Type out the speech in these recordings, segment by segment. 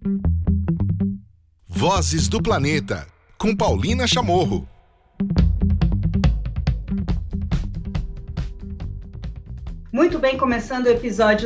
Vozes do Planeta, com Paulina Chamorro. Muito bem, começando o episódio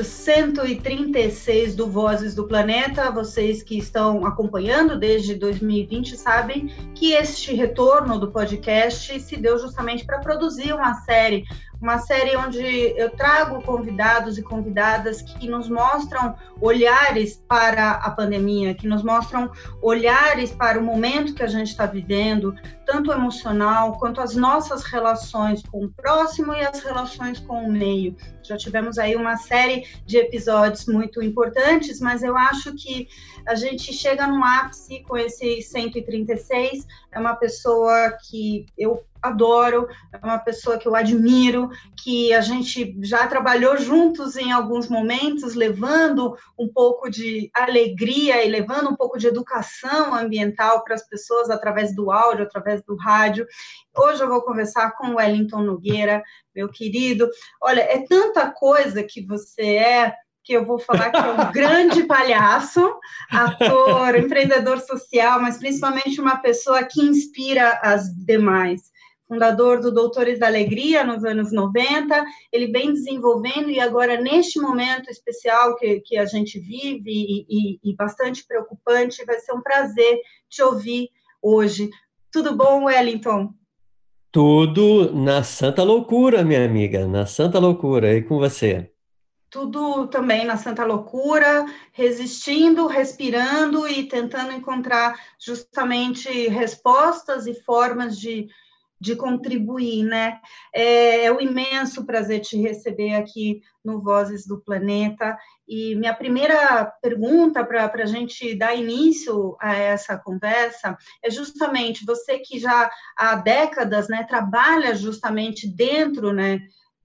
136 do Vozes do Planeta. Vocês que estão acompanhando desde 2020 sabem que este retorno do podcast se deu justamente para produzir uma série onde eu trago convidados e convidadas que nos mostram olhares para a pandemia, que nos mostram olhares para o momento que a gente está vivendo, tanto emocional quanto as nossas relações com o próximo e as relações com o meio. Já tivemos aí uma série de episódios muito importantes, mas eu acho que a gente chega num ápice com esse 136. É uma pessoa que eu adoro, é uma pessoa que eu admiro, que a gente já trabalhou juntos em alguns momentos, levando um pouco de alegria e levando um pouco de educação ambiental para as pessoas através do áudio, através do rádio. Hoje eu vou conversar com o Wellington Nogueira, meu querido. Olha, é tanta coisa que você é, que eu vou falar que é um grande palhaço, ator, empreendedor social, mas principalmente uma pessoa que inspira as demais. Fundador do Doutores da Alegria nos anos 90, ele vem desenvolvendo e agora neste momento especial que a gente vive e bastante preocupante, vai ser um prazer te ouvir hoje. Tudo bom, Wellington? Tudo na santa loucura, minha amiga, na santa loucura. E com você? Tudo também na santa loucura, resistindo, respirando e tentando encontrar justamente respostas e formas de contribuir, né? É um imenso prazer te receber aqui no Vozes do Planeta. E minha primeira pergunta para a gente dar início a essa conversa é justamente você que já há décadas, né, trabalha justamente dentro, né,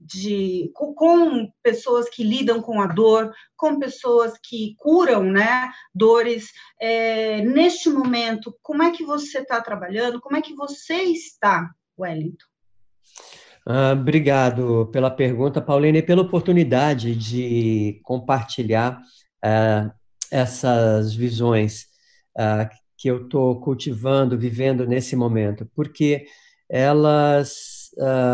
com pessoas que lidam com a dor, com pessoas que curam, né, dores. Neste momento, como é que você está trabalhando? Como é que você está, Wellington? Obrigado pela pergunta, Paulina, e pela oportunidade de compartilhar essas visões que eu estou cultivando, vivendo nesse momento, porque elas,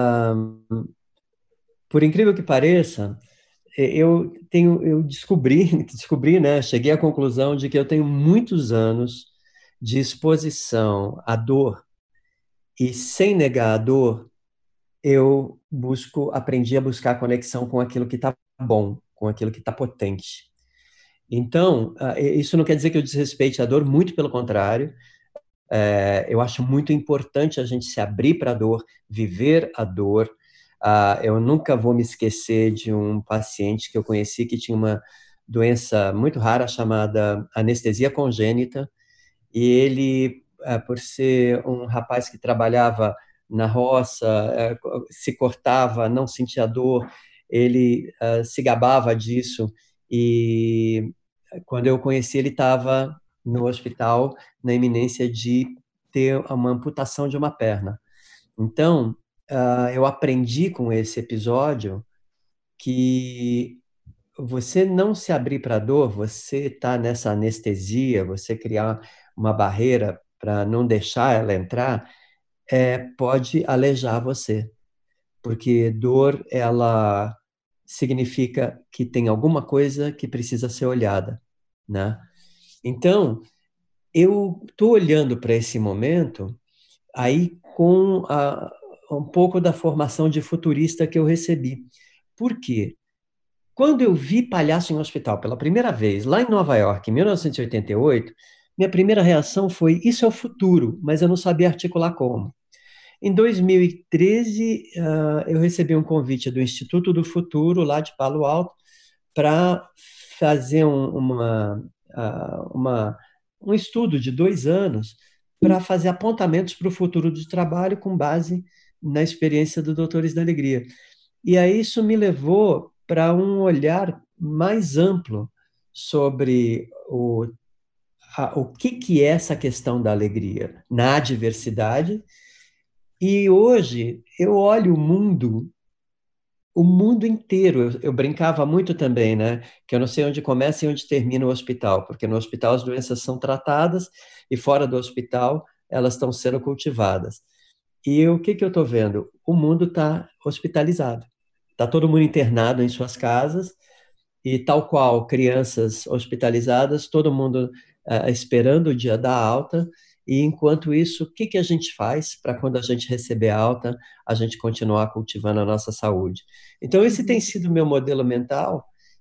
por incrível que pareça, eu descobri, né? Cheguei à conclusão de que eu tenho muitos anos de exposição à dor, e sem negar a dor, aprendi a buscar conexão com aquilo que está bom, com aquilo que está potente. Então, isso não quer dizer que eu desrespeite a dor, muito pelo contrário. Eu acho muito importante a gente se abrir para a dor, viver a dor. Eu nunca vou me esquecer de um paciente que eu conheci que tinha uma doença muito rara chamada anestesia congênita, e ele, por ser um rapaz que trabalhava na roça, se cortava, não sentia dor, ele se gabava disso, e quando eu conheci ele estava no hospital na iminência de ter uma amputação de uma perna. Então, eu aprendi com esse episódio que você não se abrir para a dor, você está nessa anestesia, você criar uma barreira para não deixar ela entrar, pode alejar você, porque dor, ela significa que tem alguma coisa que precisa ser olhada, né? Então, eu estou olhando para esse momento aí com um pouco da formação de futurista que eu recebi. Por quê? Quando eu vi palhaço em hospital pela primeira vez, lá em Nova York, em 1988, minha primeira reação foi: isso é o futuro, mas eu não sabia articular como. Em 2013, eu recebi um convite do Instituto do Futuro, lá de Palo Alto, para fazer um estudo de 2 anos para fazer apontamentos para o futuro do trabalho com base na experiência do Doutores da Alegria. E aí isso me levou para um olhar mais amplo sobre o que é essa questão da alegria na adversidade. E hoje eu olho o mundo o mundo inteiro. Eu brincava muito também, né? Que eu não sei onde começa e onde termina o hospital, porque no hospital as doenças são tratadas e fora do hospital elas estão sendo cultivadas. E o que que eu estou vendo? O mundo está hospitalizado. Está todo mundo internado em suas casas e tal qual crianças hospitalizadas, todo mundo esperando o dia da alta. E enquanto isso, o que que a gente faz para quando a gente receber a alta, a gente continuar cultivando a nossa saúde? Então, esse tem sido o meu modelo mental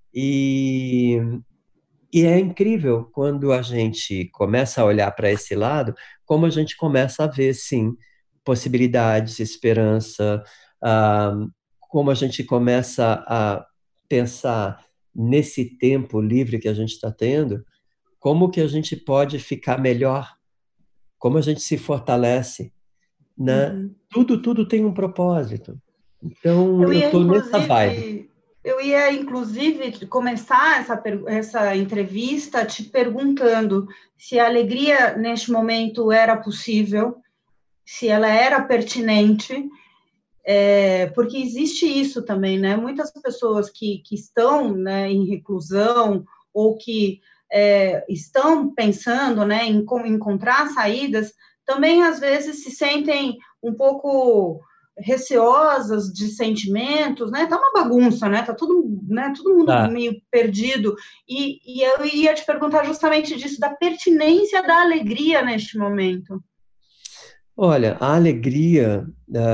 e, e é incrível quando a gente começa a olhar para esse lado, como a gente começa a ver, sim, possibilidades, esperança, ah, como a gente começa a pensar nesse tempo livre que a gente está tendo, como que a gente pode ficar melhor, como a gente se fortalece, né? Uhum. Tudo tem um propósito. Então, Eu eu ia, estou nessa vibe. inclusive, eu ia, inclusive, começar essa entrevista te perguntando se a alegria neste momento era possível, se ela era pertinente, porque existe isso também, né? Muitas pessoas que estão, né, em reclusão ou que estão pensando, né, em encontrar saídas, também às vezes se sentem um pouco receosas de sentimentos, né? Tá uma bagunça, né? Tá tudo, né? Todo mundo Tá. meio perdido. E eu ia te perguntar justamente disso, da pertinência da alegria neste momento. Olha, a alegria,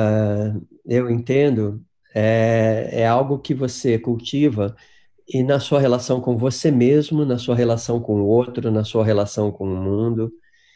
eu entendo, é algo que você cultiva e na sua relação com você mesmo, na sua relação com o outro, na sua relação com o mundo.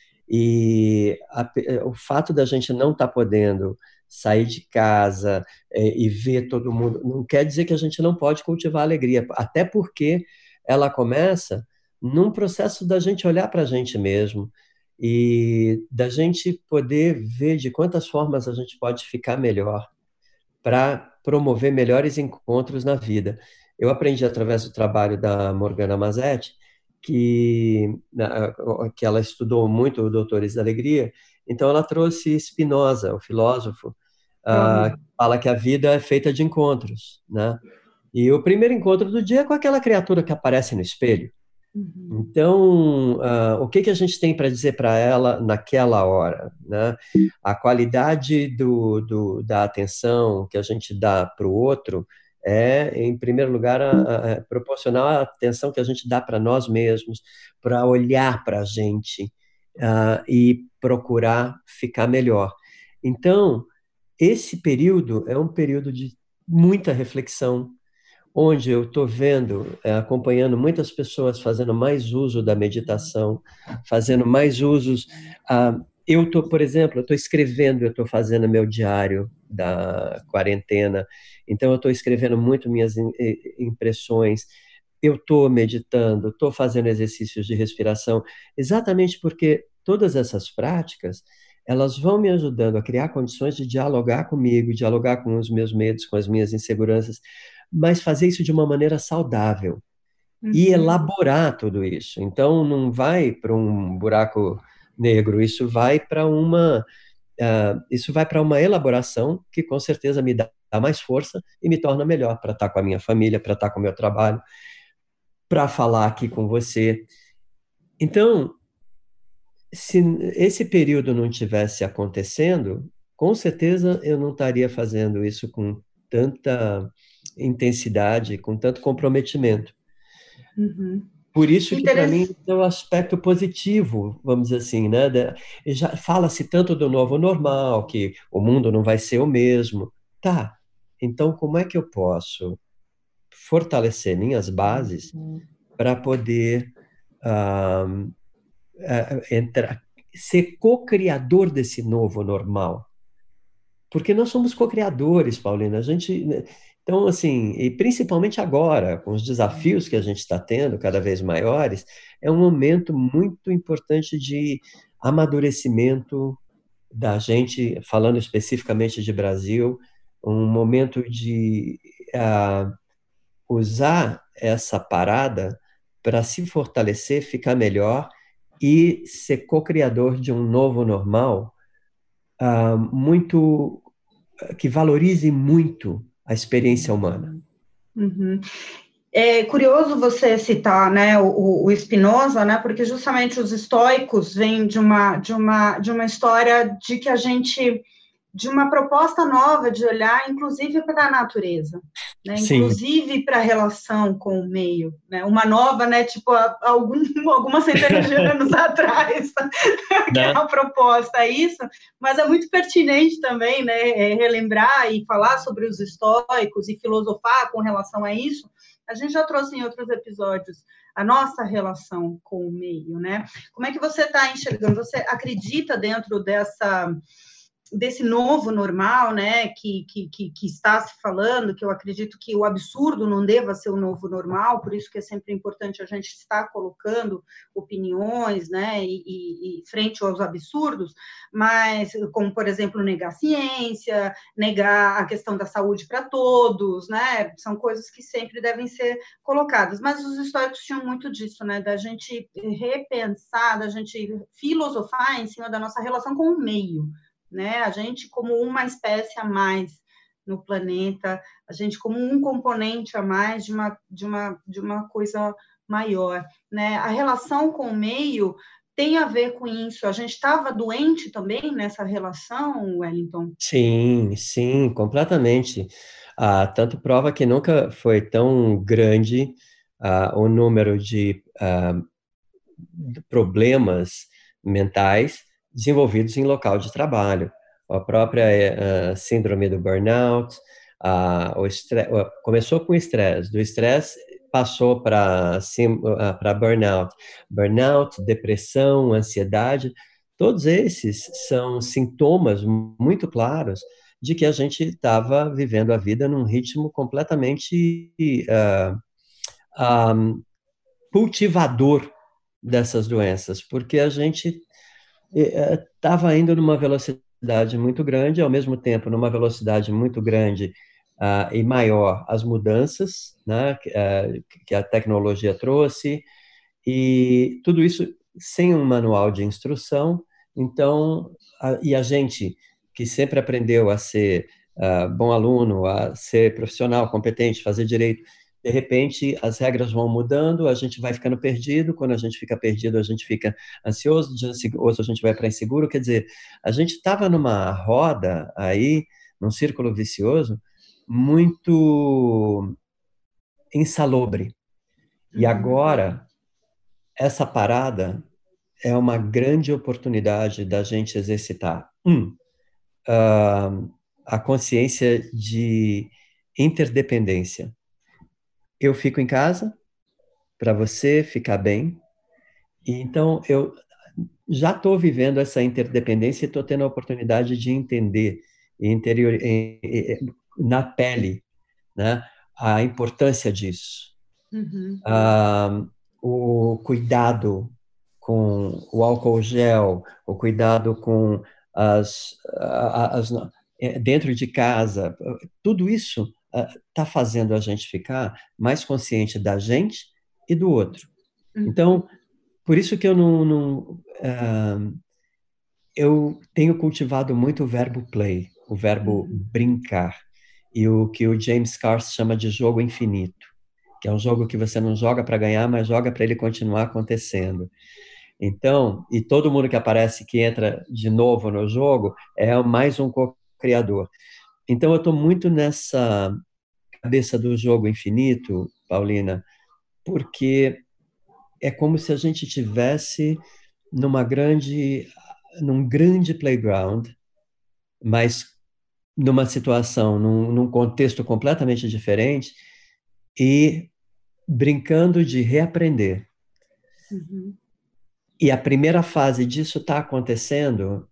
E o fato da gente não estar podendo sair de casa e ver todo mundo, não quer dizer que a gente não pode cultivar alegria, até porque ela começa num processo da gente olhar para a gente mesmo e da gente poder ver de quantas formas a gente pode ficar melhor para promover melhores encontros na vida. Eu aprendi através do trabalho da Morgana Mazetti que ela estudou muito o Doutores da Alegria, então ela trouxe Spinoza, o filósofo, que Uhum. fala que a vida é feita de encontros, né? E o primeiro encontro do dia é com aquela criatura que aparece no espelho. Uhum. Então, o que que a gente tem para dizer para ela naquela hora, né? A qualidade da atenção que a gente dá para o outro é, em primeiro lugar, proporcional à atenção que a gente dá para nós mesmos, para olhar para a gente, e procurar ficar melhor. Então, esse período é um período de muita reflexão, onde eu estou vendo, acompanhando muitas pessoas fazendo mais uso da meditação, fazendo mais usos. Eu estou, por exemplo, eu estou escrevendo, eu estou fazendo meu diário da quarentena, então eu estou escrevendo muito minhas impressões, eu estou meditando, estou fazendo exercícios de respiração, exatamente porque todas essas práticas, elas vão me ajudando a criar condições de dialogar comigo, dialogar com os meus medos, com as minhas inseguranças, mas fazer isso de uma maneira saudável e Uhum. elaborar tudo isso. Então, não vai para um buraco negro, isso vai para uma elaboração que com certeza me dá mais força e me torna melhor para estar com a minha família, para estar com o meu trabalho, para falar aqui com você. Então, se esse período não tivesse acontecendo, com certeza eu não estaria fazendo isso com tanta intensidade, com tanto comprometimento. Uhum. Por isso que, para mim, Interesse. é o aspecto positivo, vamos dizer assim, né? E já fala-se tanto do novo normal, que o mundo não vai ser o mesmo. Tá, então como é que eu posso fortalecer minhas bases para poder ah, entrar, ser co-criador desse novo normal? Porque nós somos co-criadores, Paulina. A gente, né? Então, assim, e principalmente agora, com os desafios que a gente está tendo cada vez maiores, é um momento muito importante de amadurecimento da gente, falando especificamente de Brasil, um momento de usar essa parada para se fortalecer, ficar melhor e ser co-criador de um novo normal, muito que valorize muito a experiência humana. Uhum. É curioso você citar, né, o Spinoza, né, porque justamente os estoicos vêm de uma história de que a gente, de uma proposta nova de olhar, inclusive para a natureza, né, Sim. inclusive para a relação com o meio, né, uma nova, né, tipo, algumas centenas de anos atrás, que é a proposta, é isso, mas é muito pertinente também, né, relembrar e falar sobre os estoicos e filosofar com relação a isso. A gente já trouxe em outros episódios a nossa relação com o meio, né? Como é que você está enxergando? Você acredita dentro desse novo normal, né, que está se falando, que eu acredito que o absurdo não deva ser o novo normal, por isso que é sempre importante a gente estar colocando opiniões, né, e frente aos absurdos, mas como, por exemplo, negar a ciência, negar a questão da saúde para todos, né, são coisas que sempre devem ser colocadas, mas os históricos tinham muito disso, né, da gente repensar, da gente filosofar em cima da nossa relação com o meio, né? A gente como uma espécie a mais no planeta, a gente como um componente a mais de uma coisa maior, né? A relação com o meio tem a ver com isso. A gente estava doente também nessa relação, Wellington? Sim, sim, completamente. Tanto prova que nunca foi tão grande o número de problemas mentais desenvolvidos em local de trabalho. A própria síndrome do burnout, começou com estresse, do estresse passou para burnout. Burnout, depressão, ansiedade, todos esses são sintomas muito claros de que a gente estava vivendo a vida num ritmo completamente cultivador dessas doenças, porque a gente estava indo numa velocidade muito grande, ao mesmo tempo, numa velocidade muito grande e maior as mudanças, né, que a tecnologia trouxe, e tudo isso sem um manual de instrução. Então, e a gente que sempre aprendeu a ser bom aluno, a ser profissional, competente, fazer direito, de repente as regras vão mudando, a gente vai ficando perdido, quando a gente fica perdido, a gente fica ansioso, de ansioso a gente vai para inseguro, quer dizer, a gente estava numa roda aí, num círculo vicioso, muito insalubre. E agora, essa parada é uma grande oportunidade da gente exercitar, a consciência de interdependência. Eu fico em casa para você ficar bem, e então eu já estou vivendo essa interdependência e estou tendo a oportunidade de entender na pele, né, a importância disso. Uhum. O cuidado com o álcool gel, o cuidado com dentro de casa, tudo isso está fazendo a gente ficar mais consciente da gente e do outro. Então, por isso que eu tenho cultivado muito o verbo play, o verbo brincar, e o que o James Carse chama de jogo infinito, que é um jogo que você não joga para ganhar, mas joga para ele continuar acontecendo. Então, e todo mundo que aparece, que entra de novo no jogo, é mais um co-criador. Então, eu estou muito nessa cabeça do jogo infinito, Paulina, porque é como se a gente tivesse num grande playground, mas numa situação, num contexto completamente diferente, e brincando de reaprender. Uhum. E a primeira fase disso está acontecendo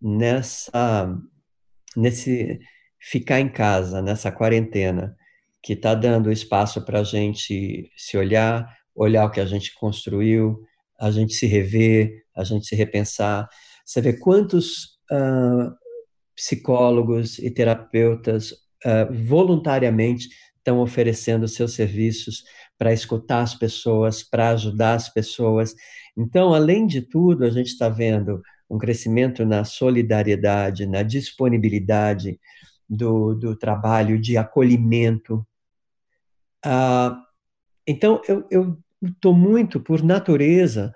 nesse ficar em casa, nessa quarentena, que está dando espaço para a gente se olhar, olhar o que a gente construiu, a gente se rever, a gente se repensar. Você vê quantos psicólogos e terapeutas voluntariamente estão oferecendo seus serviços para escutar as pessoas, para ajudar as pessoas. Então, além de tudo, a gente está vendo um crescimento na solidariedade, na disponibilidade do trabalho de acolhimento. Então, eu estou muito, por natureza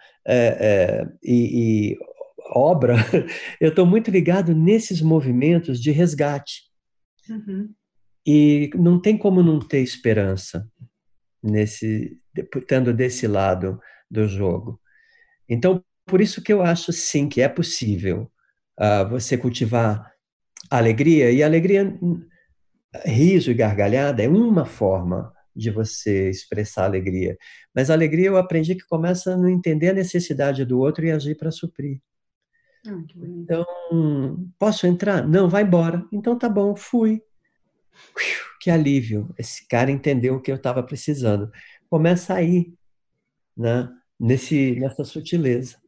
e obra, eu estou muito ligado nesses movimentos de resgate. Uhum. E não tem como não ter esperança estando desse lado do jogo. Então, por isso que eu acho, sim, que é possível você cultivar alegria, e alegria, riso e gargalhada é uma forma de você expressar alegria. Mas a alegria eu aprendi que começa a não entender a necessidade do outro e agir para suprir. Que bonito. Então, posso entrar? Não, vai embora. Então tá bom, fui. Que alívio, esse cara entendeu o que eu estava precisando. Começa aí, né? Nessa sutileza.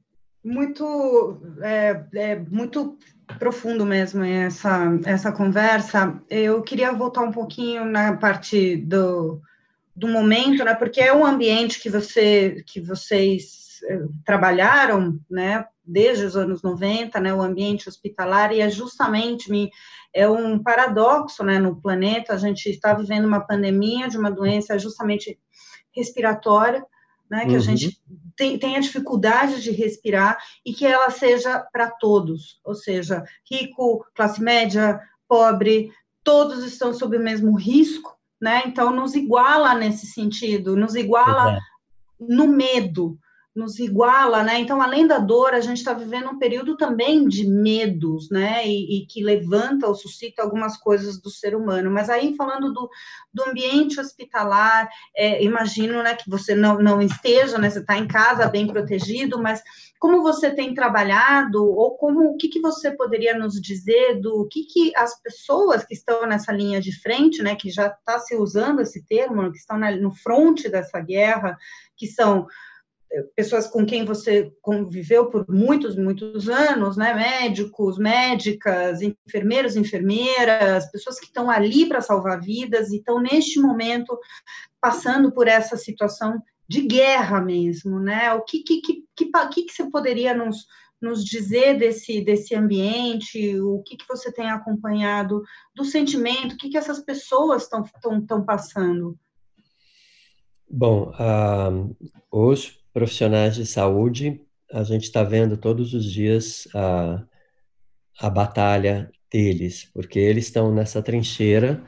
Muito profundo mesmo essa conversa. Eu queria voltar um pouquinho na parte do momento, né? Porque é um ambiente que vocês trabalharam, né? Desde os anos 90, né? O ambiente hospitalar, e é justamente um paradoxo, né? No planeta, a gente está vivendo uma pandemia de uma doença justamente respiratória, né, que a gente tem a dificuldade de respirar, e que ela seja para todos, ou seja, rico, classe média, pobre, todos estão sob o mesmo risco, né? Então nos iguala nesse sentido, nos iguala no medo, nos iguala, né? Então, além da dor, a gente está vivendo um período também de medos, né? E que levanta ou suscita algumas coisas do ser humano. Mas aí, falando do ambiente hospitalar, imagino, né, que você não esteja, né? Você está em casa, bem protegido, mas como você tem trabalhado, ou o que você poderia nos dizer do que as pessoas que estão nessa linha de frente, né, que já está se usando esse termo, que estão no fronte dessa guerra, que são pessoas com quem você conviveu por muitos, muitos anos, né? Médicos, médicas, enfermeiros, enfermeiras, pessoas que estão ali para salvar vidas e estão, neste momento, passando por essa situação de guerra mesmo, né? O que você poderia nos dizer desse ambiente? O que você tem acompanhado do sentimento? O que essas pessoas estão passando? Bom, os profissionais de saúde, a gente está vendo todos os dias a batalha deles, porque eles estão nessa trincheira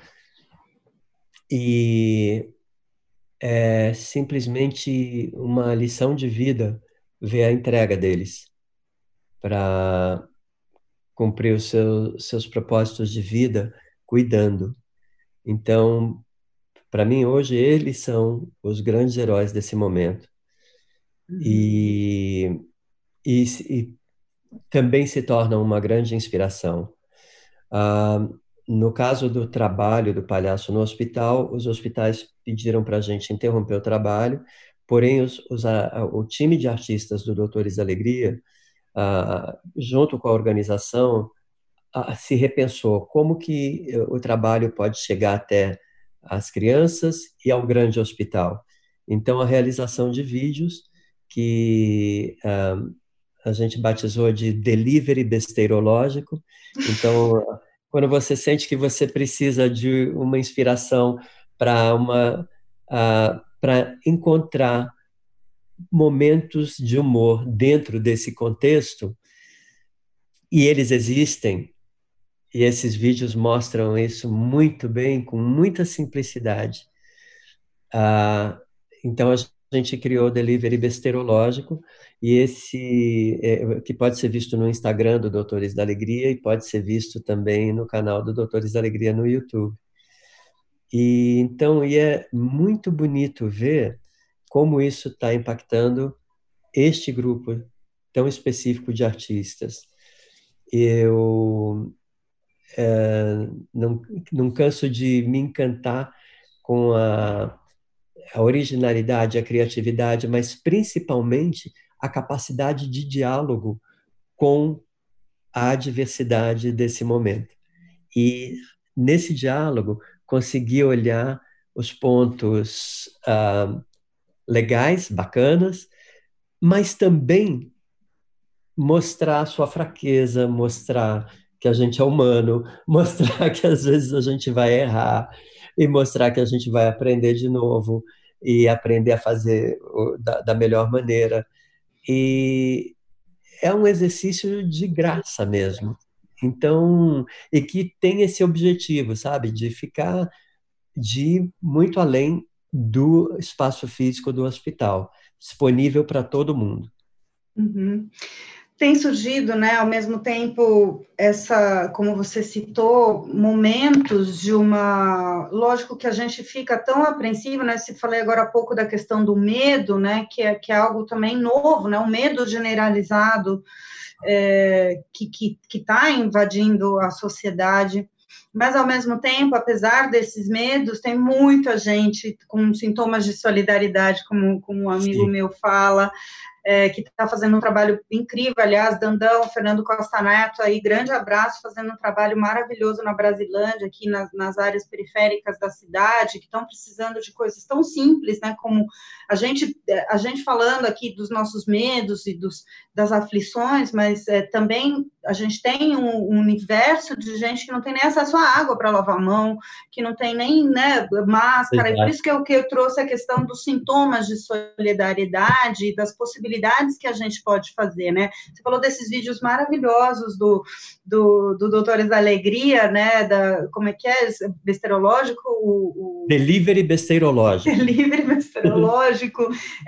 e é simplesmente uma lição de vida ver a entrega deles para cumprir os seus propósitos de vida cuidando. Então, para mim, hoje, eles são os grandes heróis desse momento. E também se tornam uma grande inspiração. No caso do trabalho do palhaço no hospital, os hospitais pediram para a gente interromper o trabalho, porém o time de artistas do Doutores da Alegria, junto com a organização, se repensou como que o trabalho pode chegar até as crianças e ao grande hospital. Então, a realização de vídeos que a gente batizou de delivery besteirológico. Então, quando você sente que você precisa de uma inspiração para encontrar momentos de humor dentro desse contexto, e eles existem, e esses vídeos mostram isso muito bem, com muita simplicidade. Então, a gente criou o Delivery Besteirológico, e que pode ser visto no Instagram do Doutores da Alegria e pode ser visto também no canal do Doutores da Alegria no YouTube. Então, é muito bonito ver como isso está impactando este grupo tão específico de artistas. Eu não canso de me encantar com a originalidade, a criatividade, mas principalmente a capacidade de diálogo com a adversidade desse momento. E nesse diálogo, conseguir olhar os pontos legais, bacanas, mas também mostrar a sua fraqueza, mostrar que a gente é humano, mostrar que às vezes a gente vai errar e mostrar que a gente vai aprender de novo e aprender a fazer da melhor maneira. E é um exercício de graça mesmo. Então, e que tem esse objetivo, sabe, de ir muito além do espaço físico do hospital, disponível para todo mundo. Uhum. Tem surgido, né, ao mesmo tempo, como você citou, momentos de lógico que a gente fica tão apreensivo, né, se falei agora há pouco da questão do medo, né, que é algo também novo, né, um medo generalizado, que está invadindo a sociedade, mas, ao mesmo tempo, apesar desses medos, tem muita gente com sintomas de solidariedade, como um amigo meu fala, que está fazendo um trabalho incrível, aliás, Dandão, Fernando Costa Neto, aí, grande abraço, fazendo um trabalho maravilhoso na Brasilândia, aqui nas áreas periféricas da cidade, que estão precisando de coisas tão simples, né, como a gente falando aqui dos nossos medos e das aflições, mas também a gente tem um universo de gente que não tem nem acesso à água para lavar a mão, que não tem nem, né, máscara, e por isso que eu trouxe a questão dos sintomas de solidariedade, das possibilidades que a gente pode fazer, né? Você falou desses vídeos maravilhosos do Doutores da Alegria, né? Como é que é? Besteirológico? Delivery besteirológico. Delivery besteirológico,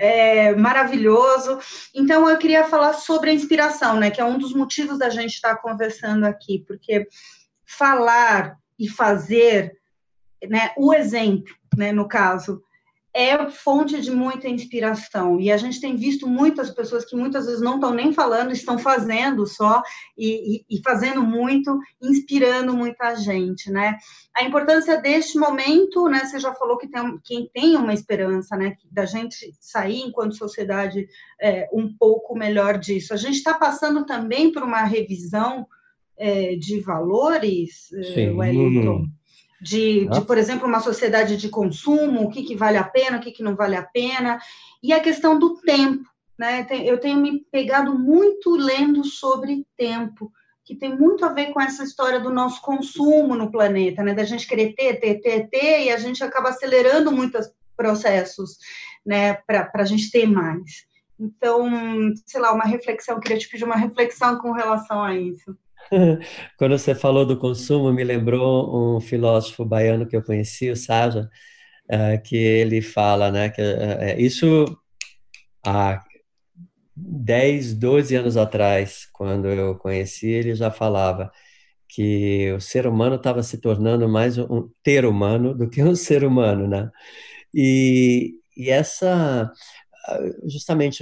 maravilhoso. Então, eu queria falar sobre a inspiração, né? Que é um dos motivos da gente estar conversando aqui, porque falar e fazer, né? O exemplo, né? No caso, é fonte de muita inspiração, e a gente tem visto muitas pessoas que muitas vezes não estão nem falando, estão fazendo só, e fazendo muito, inspirando muita gente, né? A importância deste momento, né, você já falou que quem tem uma esperança, né, da gente sair enquanto sociedade um pouco melhor disso. A gente está passando também por uma revisão de valores, Wellington? Por exemplo, uma sociedade de consumo, o que vale a pena, o que não vale a pena, e a questão do tempo, né? Eu tenho me pegado muito lendo sobre tempo, que tem muito a ver com essa história do nosso consumo no planeta, né? Da gente querer ter, e a gente acaba acelerando muitos processos, né? Para a gente ter mais. Então, sei lá, queria te pedir uma reflexão com relação a isso. Quando você falou do consumo, me lembrou um filósofo baiano que eu conheci, o Saja, que ele fala, né, que isso há 10, 12 anos atrás, quando eu conheci, ele já falava que o ser humano estava se tornando mais um ter humano do que um ser humano, né? E justamente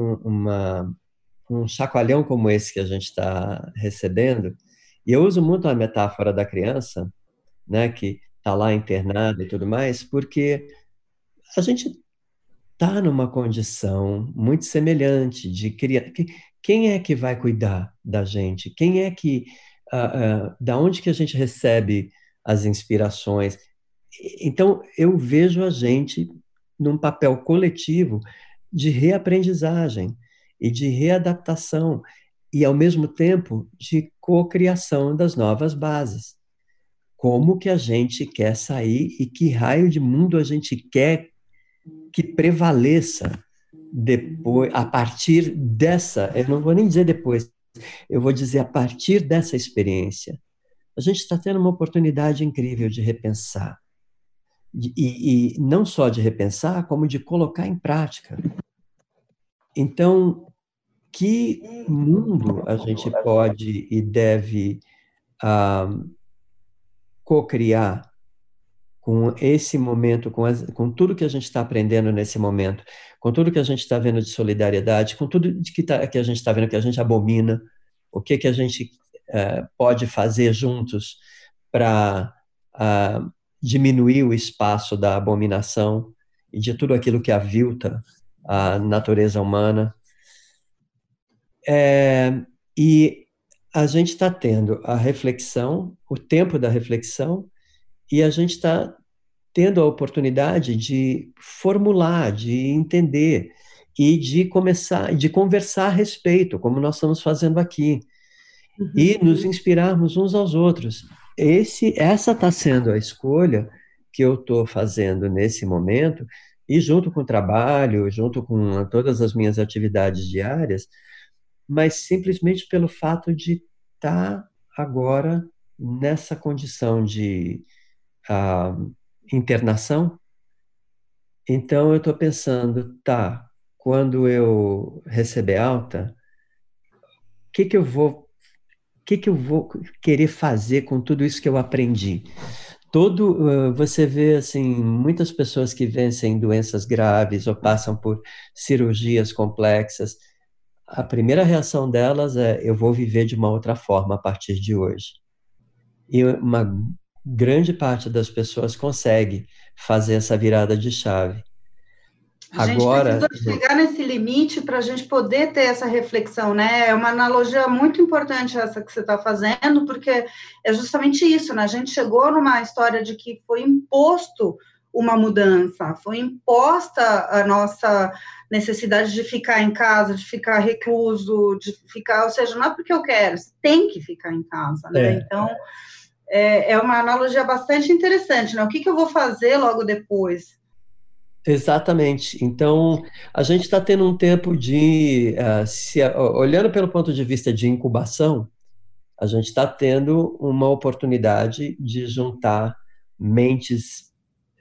um chacoalhão como esse que a gente está recebendo, e eu uso muito a metáfora da criança, né, que está lá internada e tudo mais, porque a gente está numa condição muito semelhante de criar. Quem é que vai cuidar da gente? Quem é que, da onde que a gente recebe as inspirações? Então, eu vejo a gente num papel coletivo de reaprendizagem e de readaptação e, ao mesmo tempo, de cocriação das novas bases. Como que a gente quer sair e que raio de mundo a gente quer que prevaleça depois, a partir dessa, eu não vou nem dizer depois, eu vou dizer a partir dessa experiência. A gente está tendo uma oportunidade incrível de repensar. E não só de repensar, como de colocar em prática. Então, que mundo a gente pode e deve co-criar com esse momento, com tudo que a gente está aprendendo nesse momento, com tudo que a gente está vendo de solidariedade, com tudo que a gente está vendo que a gente abomina, o que a gente pode fazer juntos para diminuir o espaço da abominação e de tudo aquilo que avilta a natureza humana. E a gente está tendo a reflexão, o tempo da reflexão, e a gente está tendo a oportunidade de formular, de entender e de começar, de conversar a respeito, como nós estamos fazendo aqui. e nos inspirarmos uns aos outros. Essa está sendo a escolha que eu estou fazendo nesse momento, e junto com o trabalho, junto com todas as minhas atividades diárias, mas simplesmente pelo fato de estar agora nessa condição de internação. Então eu estou pensando, tá, quando eu receber alta, o que que eu vou querer fazer com tudo isso que eu aprendi? Você vê assim muitas pessoas que vencem doenças graves ou passam por cirurgias complexas. A primeira reação delas é: eu vou viver de uma outra forma a partir de hoje. E uma grande parte das pessoas consegue fazer essa virada de chave. A gente precisa chegar nesse limite para a gente poder ter essa reflexão, né? É uma analogia muito importante essa que você está fazendo, porque é justamente isso, né? A gente chegou numa história de que foi imposto uma mudança, foi imposta a nossa necessidade de ficar em casa, de ficar recluso, de ficar, ou seja, não é porque eu quero, você tem que ficar em casa, né? Então, é uma analogia bastante interessante, né? O que eu vou fazer logo depois? Exatamente. Então, a gente está tendo um tempo de, olhando pelo ponto de vista de incubação, a gente está tendo uma oportunidade de juntar mentes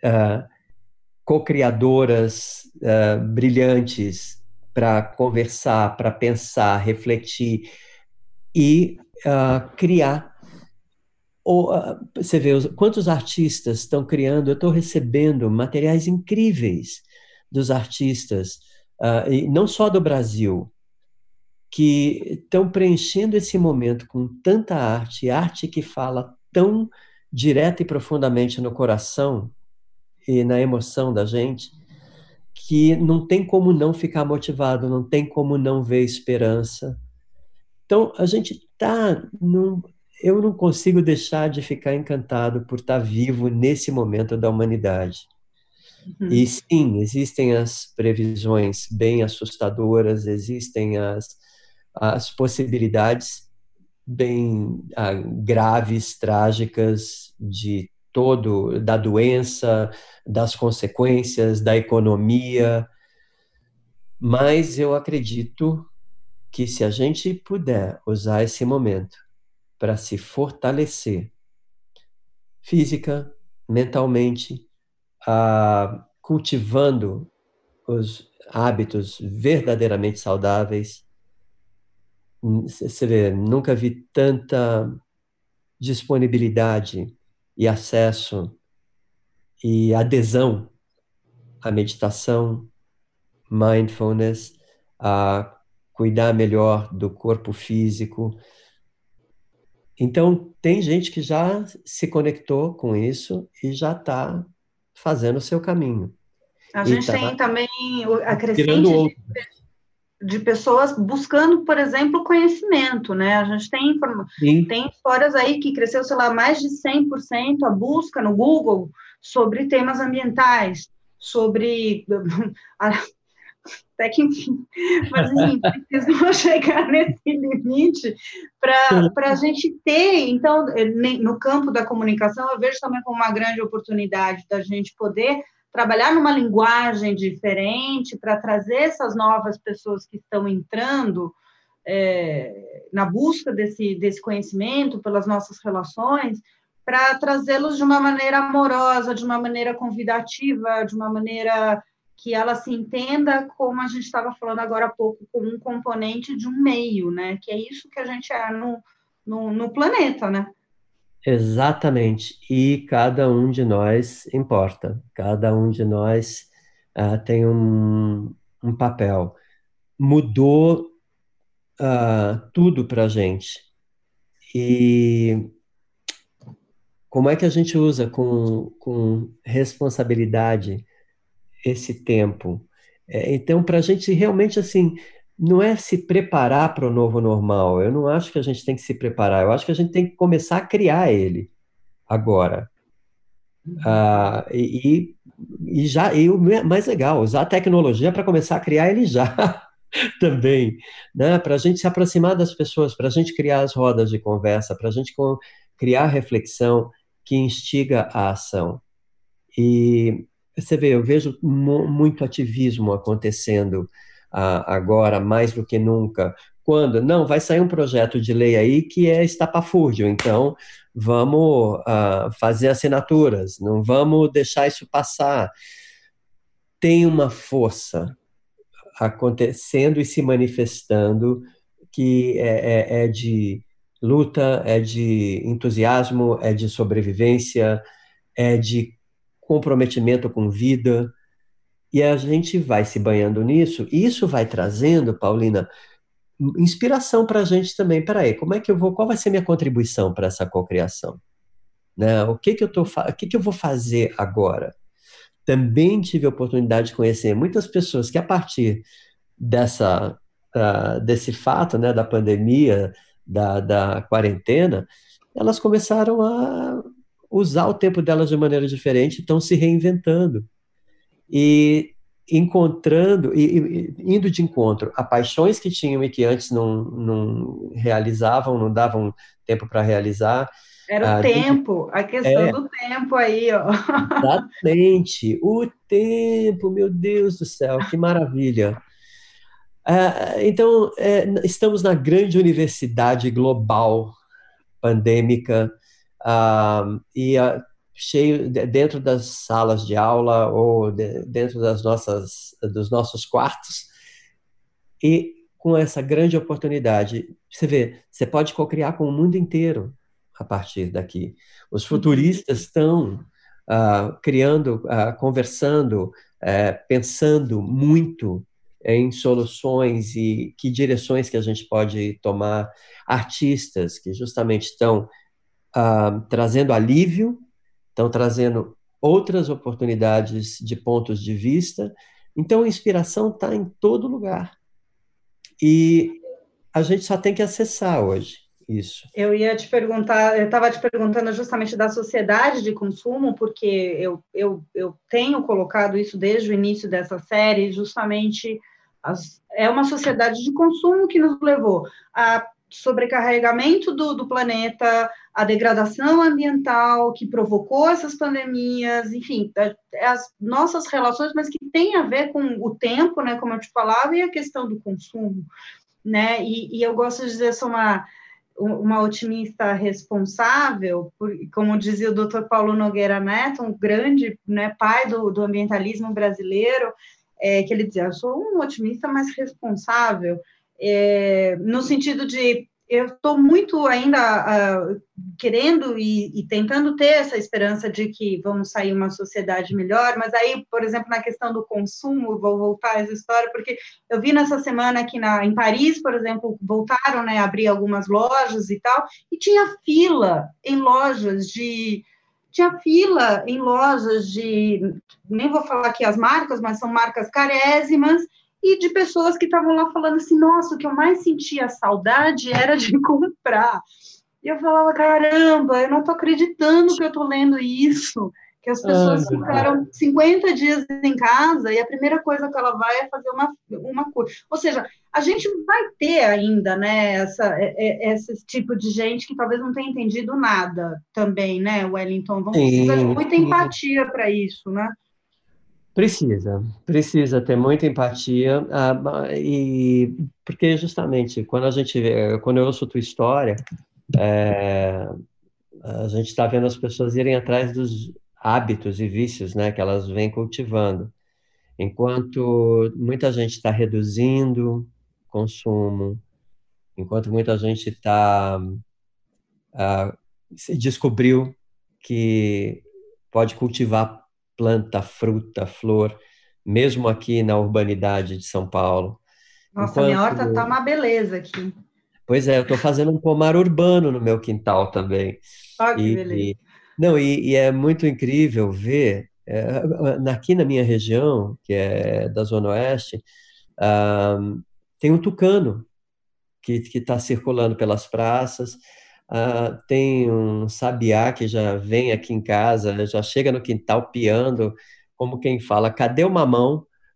co-criadoras, brilhantes, para conversar, para pensar, refletir e criar. Você vê quantos artistas estão criando. Eu estou recebendo materiais incríveis dos artistas, e não só do Brasil, que estão preenchendo esse momento com tanta arte que fala tão direta e profundamente no coração e na emoção da gente, que não tem como não ficar motivado, não tem como não ver esperança. Então, a gente está eu não consigo deixar de ficar encantado por estar vivo nesse momento da humanidade. E sim, existem as previsões bem assustadoras, existem as possibilidades bem graves, trágicas da doença, das consequências, da economia, mas eu acredito que se a gente puder usar esse momento para se fortalecer física, mentalmente, cultivando os hábitos verdadeiramente saudáveis. Você vê, nunca vi tanta disponibilidade e acesso e adesão à meditação, mindfulness, a cuidar melhor do corpo físico. Então, tem gente que já se conectou com isso e já está fazendo o seu caminho. A gente tem também a crescente de pessoas buscando, por exemplo, conhecimento, né? A gente tem histórias aí que cresceu, sei lá, mais de 100% a busca no Google sobre temas ambientais, sobre... até que, enfim, mas enfim, precisamos chegar nesse limite para a gente ter, então, no campo da comunicação, eu vejo também como uma grande oportunidade da gente poder trabalhar numa linguagem diferente para trazer essas novas pessoas que estão entrando na busca desse conhecimento pelas nossas relações, para trazê-los de uma maneira amorosa, de uma maneira convidativa, de uma maneira que ela se entenda, como a gente estava falando agora há pouco, como um componente de um meio, né? Que é isso que a gente é no planeta, né? Exatamente. E cada um de nós importa. Cada um de nós tem um papel. Mudou tudo para a gente. E como é que a gente usa com responsabilidade esse tempo? Então, para a gente realmente, assim, não é se preparar para o novo normal. Eu não acho que a gente tem que se preparar. Eu acho que a gente tem que começar a criar ele agora. E o mais legal, usar a tecnologia para começar a criar ele já. também, né? Para a gente se aproximar das pessoas, para a gente criar as rodas de conversa, para a gente criar reflexão que instiga a ação. E você vê, eu vejo muito ativismo acontecendo agora, mais do que nunca. Quando? Não, vai sair um projeto de lei aí que é estapafúrdio, então vamos fazer assinaturas, não vamos deixar isso passar. Tem uma força acontecendo e se manifestando que é de luta, é de entusiasmo, é de sobrevivência, é de comprometimento com vida, e a gente vai se banhando nisso, e isso vai trazendo, Paulina, inspiração para a gente também. Peraí, como é que eu vou, qual vai ser minha contribuição para essa cocriação? Né? O que que eu vou fazer agora? Também tive a oportunidade de conhecer muitas pessoas que, a partir desse fato, né, da pandemia, da quarentena, elas começaram a usar o tempo delas de maneira diferente, estão se reinventando e encontrando e indo de encontro a paixões que tinham e que antes não realizavam, não davam tempo para realizar. Era o Ah, tempo, a questão é, do tempo aí, ó. exatamente. O tempo, meu Deus do céu, que maravilha. Então, estamos na grande universidade global pandêmica, cheio dentro das salas de aula ou dentro dos nossos quartos, e com essa grande oportunidade, você vê, você pode cocriar com o mundo inteiro a partir daqui. Os futuristas estão criando, conversando, pensando muito em soluções e que direções que a gente pode tomar. Artistas que justamente estão trazendo alívio, estão trazendo outras oportunidades de pontos de vista. Então, a inspiração está em todo lugar. E a gente só tem que acessar hoje isso. Eu ia te perguntar, eu estava te perguntando justamente da sociedade de consumo, porque eu tenho colocado isso desde o início dessa série, justamente é uma sociedade de consumo que nos levou a sobrecarregamento do planeta, a degradação ambiental que provocou essas pandemias, enfim, as nossas relações, mas que tem a ver com o tempo, né, como eu te falava, e a questão do consumo, né, e eu gosto de dizer, sou uma otimista responsável, como dizia o Dr. Paulo Nogueira Neto, um grande, né, pai do ambientalismo brasileiro, que ele dizia, eu sou um otimista mais responsável, no sentido de eu estou muito ainda querendo e tentando ter essa esperança de que vamos sair uma sociedade melhor, mas aí, por exemplo, na questão do consumo, vou voltar a essa história, porque eu vi nessa semana que em Paris, por exemplo, voltaram, né, a abrir algumas lojas e tal, e tinha fila em lojas de, nem vou falar aqui as marcas, mas são marcas carésimas, e de pessoas que estavam lá falando assim, nossa, o que eu mais sentia saudade era de comprar. E eu falava, caramba, eu não estou acreditando que eu estou lendo isso, que as pessoas ficaram 50 dias em casa e a primeira coisa que ela vai é fazer uma coisa. Ou seja, a gente vai ter ainda, né, esse tipo de gente que talvez não tenha entendido nada também, né, Wellington? Vamos precisar de muita empatia para isso, né? Precisa ter muita empatia, e porque justamente quando eu ouço tua história, a gente está vendo as pessoas irem atrás dos hábitos e vícios, né, que elas vêm cultivando, enquanto muita gente está reduzindo consumo, enquanto muita gente se descobriu que pode cultivar planta, fruta, flor, mesmo aqui na urbanidade de São Paulo. Nossa, minha horta está uma beleza aqui. Pois é, eu estou fazendo um pomar urbano no meu quintal também. Olha que beleza. E é muito incrível ver, aqui na minha região, que é da Zona Oeste, tem um tucano que está circulando pelas praças, tem um sabiá que já vem aqui em casa, já chega no quintal piando, como quem fala, cadê o mamão?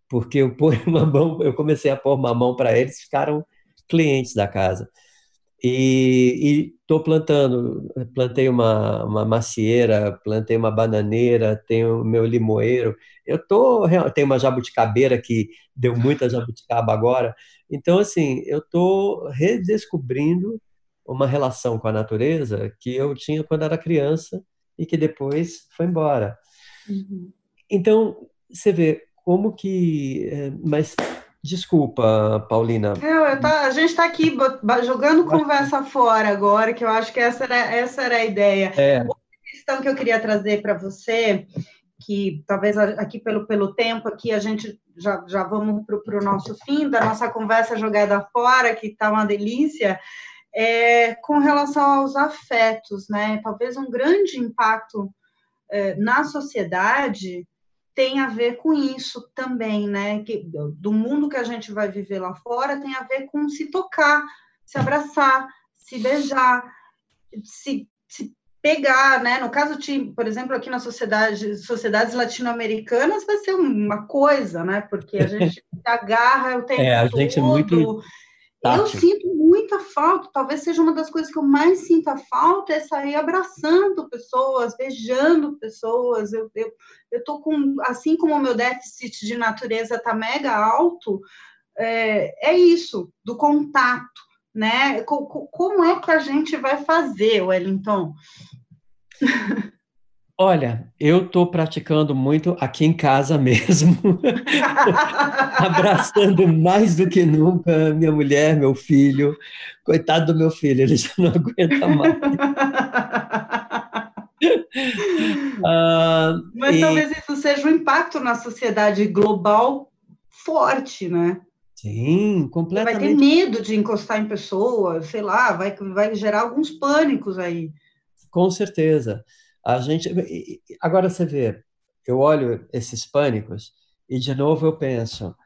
porque eu comecei a pôr mamão para eles, ficaram clientes da casa. E estou plantei uma macieira, plantei uma bananeira, tenho meu limoeiro. Tenho uma jabuticabeira que deu muita jabuticaba agora. Então, assim, eu estou redescobrindo uma relação com a natureza que eu tinha quando era criança e que depois foi embora. Uhum. Então, você vê como que... Mas, desculpa, Paulina. A gente está aqui jogando conversa fora agora, que eu acho que essa era a ideia. Outra questão que eu queria trazer para você, que talvez aqui pelo tempo, aqui a gente já vamos para o nosso fim da nossa conversa jogada fora, que está uma delícia, com relação aos afetos, né? Talvez um grande impacto na sociedade tem a ver com isso também, né? Do mundo que a gente vai viver lá fora tem a ver com se tocar, se abraçar, se beijar, se pegar, né? No caso, por exemplo, aqui na sociedades latino-americanas vai ser uma coisa, né? Porque a gente se agarra o tempo A gente é muito Eu tátil. sinto muita falta, talvez seja uma das coisas que eu mais sinto a falta, é sair abraçando pessoas, beijando pessoas. Eu tô com, assim como o meu déficit de natureza tá mega alto, é isso, do contato, né? Como é que a gente vai fazer, Wellington? Olha, eu estou praticando muito aqui em casa mesmo, abraçando mais do que nunca minha mulher, meu filho. Coitado do meu filho, ele já não aguenta mais. Mas talvez isso seja um impacto na sociedade global forte, né? Sim, Você vai ter completamente. medo de encostar em pessoas, sei lá, vai gerar alguns pânicos aí. Com certeza. Agora você vê, eu olho esses pânicos e de novo eu penso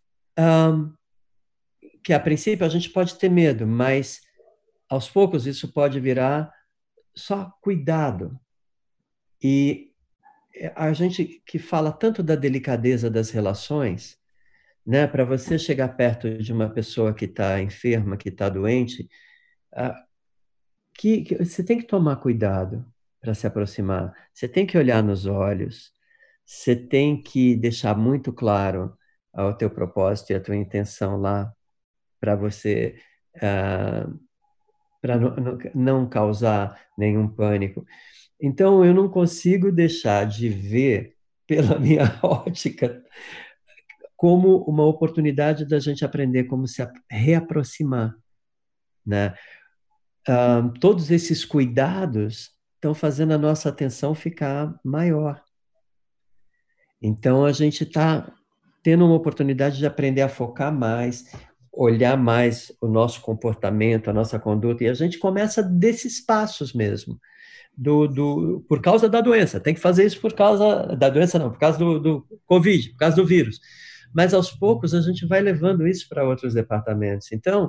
que a princípio a gente pode ter medo, mas aos poucos isso pode virar só cuidado. E a gente que fala tanto da delicadeza das relações, né, para você chegar perto de uma pessoa que está enferma, que está doente, que você tem que tomar cuidado para se aproximar. Você tem que olhar nos olhos, você tem que deixar muito claro o teu propósito e a tua intenção lá para você, para não causar nenhum pânico. Então, eu não consigo deixar de ver pela minha ótica como uma oportunidade da gente aprender como se reaproximar, né? Todos esses cuidados estão fazendo a nossa atenção ficar maior. Então, a gente está tendo uma oportunidade de aprender a focar mais, olhar mais o nosso comportamento, a nossa conduta, e a gente começa desses passos mesmo, por causa da doença. Tem que fazer isso por causa da doença, não, por causa do Covid, por causa do vírus. Mas, aos poucos, a gente vai levando isso para outros departamentos. Então,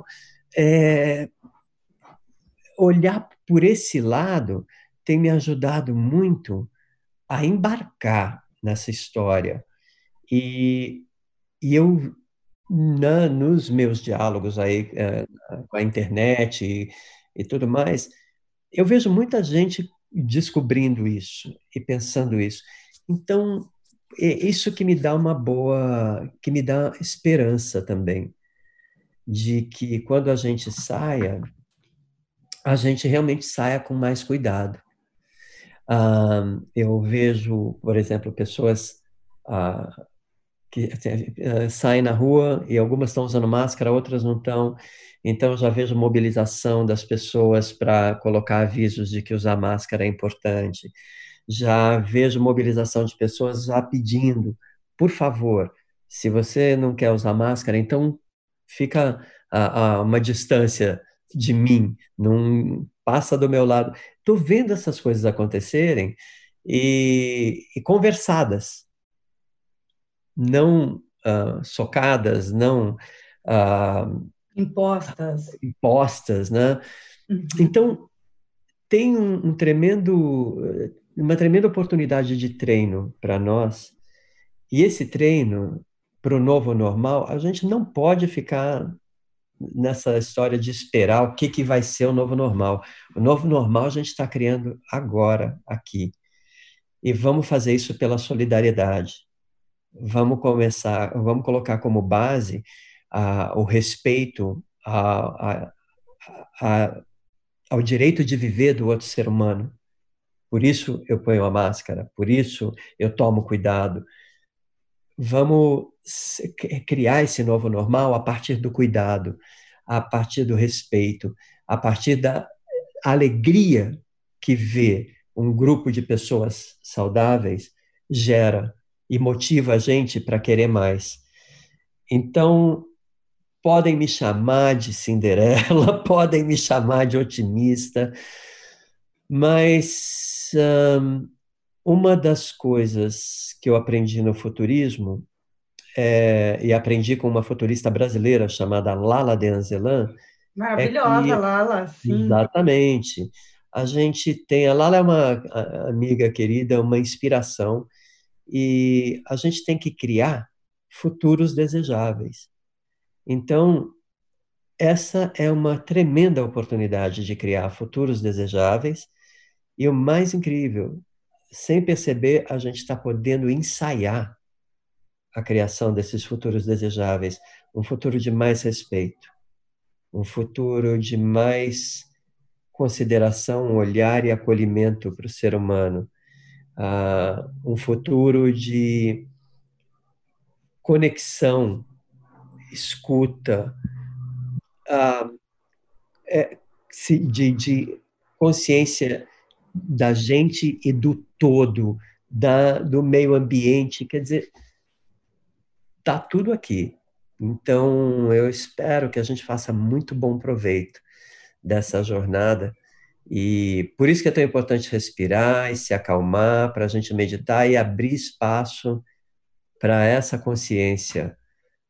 olhar por esse lado tem me ajudado muito a embarcar nessa história. E eu, nos meus diálogos aí com a internet e tudo mais, eu vejo muita gente descobrindo isso e pensando isso. Então, é isso que me dá que me dá esperança também, de que quando a gente saia, a gente realmente saia com mais cuidado. Eu vejo, por exemplo, pessoas que saem na rua e algumas estão usando máscara, outras não estão. Então, eu já vejo mobilização das pessoas para colocar avisos de que usar máscara é importante. Já vejo mobilização de pessoas já pedindo, por favor, se você não quer usar máscara, então fica a uma distância de mim, não passa do meu lado. Estou vendo essas coisas acontecerem e conversadas, não socadas, não impostas, né? Uhum. Então, tem uma tremenda oportunidade de treino para nós, e esse treino, para o novo normal, a gente não pode ficar nessa história de esperar o que vai ser o novo normal. O novo normal a gente está criando agora, aqui. E vamos fazer isso pela solidariedade. Vamos colocar como base o respeito ao direito de viver do outro ser humano. Por isso eu ponho a máscara, por isso eu tomo cuidado. Vamos criar esse novo normal a partir do cuidado, a partir do respeito, a partir da alegria que ver um grupo de pessoas saudáveis gera e motiva a gente para querer mais. Então, podem me chamar de Cinderela, podem me chamar de otimista, mas uma das coisas que eu aprendi no futurismo, e aprendi com uma futurista brasileira chamada Lala de Anzelan, Maravilhosa, Lala, sim. Exatamente. A gente tem, a Lala é uma amiga querida, uma inspiração, e a gente tem que criar futuros desejáveis. Então, essa é uma tremenda oportunidade de criar futuros desejáveis, e o mais incrível, sem perceber, a gente está podendo ensaiar a criação desses futuros desejáveis, um futuro de mais respeito, um futuro de mais consideração, olhar e acolhimento para o ser humano, um futuro de conexão, escuta, de consciência da gente e do todo, do meio ambiente, quer dizer, está tudo aqui. Então, eu espero que a gente faça muito bom proveito dessa jornada, e por isso que é tão importante respirar e se acalmar, para a gente meditar e abrir espaço para essa consciência